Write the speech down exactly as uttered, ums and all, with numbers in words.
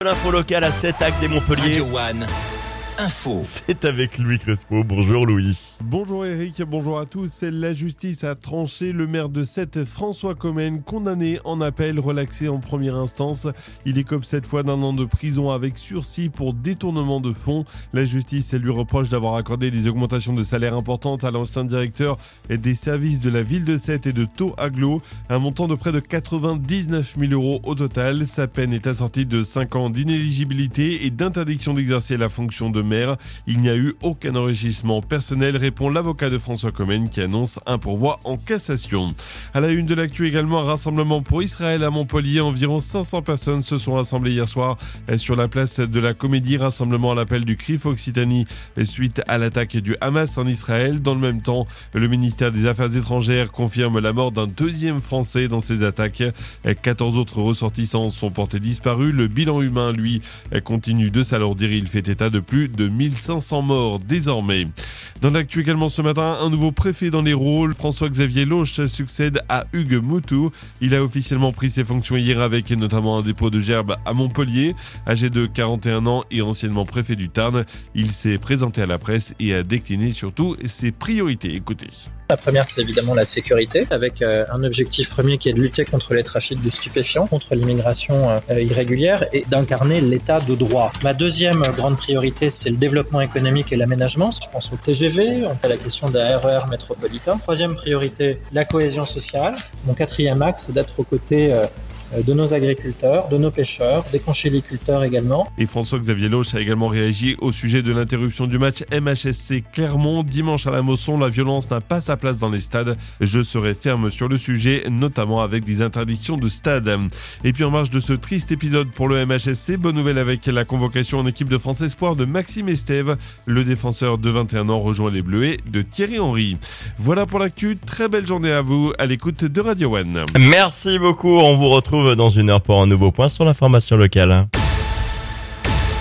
L'info locale à sept actes des Montpellier. Radio One, info. C'est avec Louis Crespo. Bonjour Louis. Bonjour Eric, bonjour à tous. La justice a tranché. Le maire de Sète, François Commen, condamné en appel, relaxé en première instance. Il écope cette fois d'un an de prison avec sursis pour détournement de fonds. La justice lui reproche d'avoir accordé des augmentations de salaire importantes à l'ancien directeur des services de la ville de Sète et de Taux Aglo. Un montant de près de quatre-vingt-dix-neuf mille euros au total. Sa peine est assortie de cinq ans d'inéligibilité et d'interdiction d'exercer la fonction de maire. Il n'y a eu aucun enrichissement personnel, répond l'avocat de François Commen qui annonce un pourvoi en cassation. À la une de l'actu également, un rassemblement pour Israël à Montpellier. Environ cinq cents personnes se sont rassemblées hier soir sur la place de la Comédie. Rassemblement à l'appel du C R I F Occitanie suite à l'attaque du Hamas en Israël. Dans le même temps, le ministère des Affaires étrangères confirme la mort d'un deuxième Français dans ces attaques. quatorze autres ressortissants sont portés disparus. Le bilan humain, lui, continue de s'alourdir. Il fait état de plus de mille cinq cents morts désormais. Dans l'actu également ce matin, un nouveau préfet dans les rôles. François-Xavier Loche succède à Hugues Moutou. Il a officiellement pris ses fonctions hier avec notamment un dépôt de gerbes à Montpellier. Âgé de quarante et un ans et anciennement préfet du Tarn, il s'est présenté à la presse et a décliné surtout ses priorités. Écoutez. La première, c'est évidemment la sécurité, avec euh, un objectif premier qui est de lutter contre les trafics de stupéfiants, contre l'immigration euh, irrégulière et d'incarner l'état de droit. Ma deuxième grande priorité, c'est le développement économique et l'aménagement. Je pense au T G V, on a la question d'un R E R métropolitain. Troisième priorité, la cohésion sociale. Mon quatrième axe, c'est d'être aux côtés euh, de nos agriculteurs, de nos pêcheurs, des conchyliculteurs également. Et François-Xavier Loche a également réagi au sujet de l'interruption du match M H S C Clermont. Dimanche à la Mosson, la violence n'a pas sa place dans les stades. Je serai ferme sur le sujet, notamment avec des interdictions de stade. Et puis en marge de ce triste épisode pour le M H S C, bonne nouvelle avec la convocation en équipe de France Espoir de Maxime Estève. Le défenseur de vingt et un ans rejoint les Bleuets de Thierry Henry. Voilà pour l'actu, très belle journée à vous à l'écoute de Radio One. Merci beaucoup, on vous retrouve dans une heure pour un nouveau point sur l'information locale.